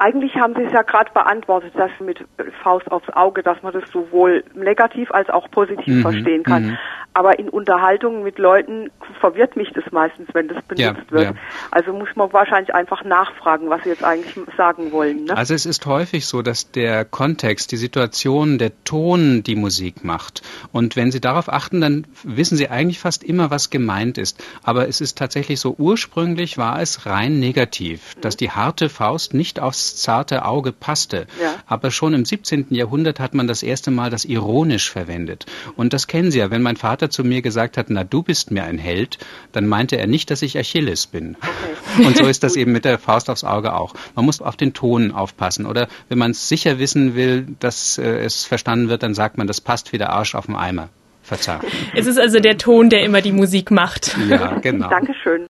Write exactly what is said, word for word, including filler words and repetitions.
Eigentlich haben Sie es ja gerade beantwortet, dass mit Faust aufs Auge, dass man das sowohl negativ als auch positiv mhm. verstehen kann. Mhm. Aber in Unterhaltungen mit Leuten verwirrt mich das meistens, wenn das benutzt ja, wird. Ja. Also muss man wahrscheinlich einfach nachfragen, was Sie jetzt eigentlich sagen wollen. Ne? Also es ist häufig so, dass der Kontext, die Situation, der Ton die Musik macht. Und wenn Sie darauf achten, dann wissen Sie eigentlich fast immer, was gemeint ist. Aber es ist tatsächlich so, ursprünglich war es rein negativ, mhm. dass die harte Faust nicht aufs zarte Auge passte. Ja. Aber schon im siebzehnten Jahrhundert hat man das erste Mal das ironisch verwendet. Und das kennen Sie ja, wenn mein Vater zu mir gesagt hat, na, du bist mir ein Held, dann meinte er nicht, dass ich Achilles bin. Okay. Und so ist das eben mit der Faust aufs Auge auch. Man muss auf den Ton aufpassen. Oder wenn man es sicher wissen will, dass äh, es verstanden wird, dann sagt man, das passt wie der Arsch auf den Eimer. Verzerrt. Es ist also der Ton, der immer die Musik macht. Ja, genau. Dankeschön.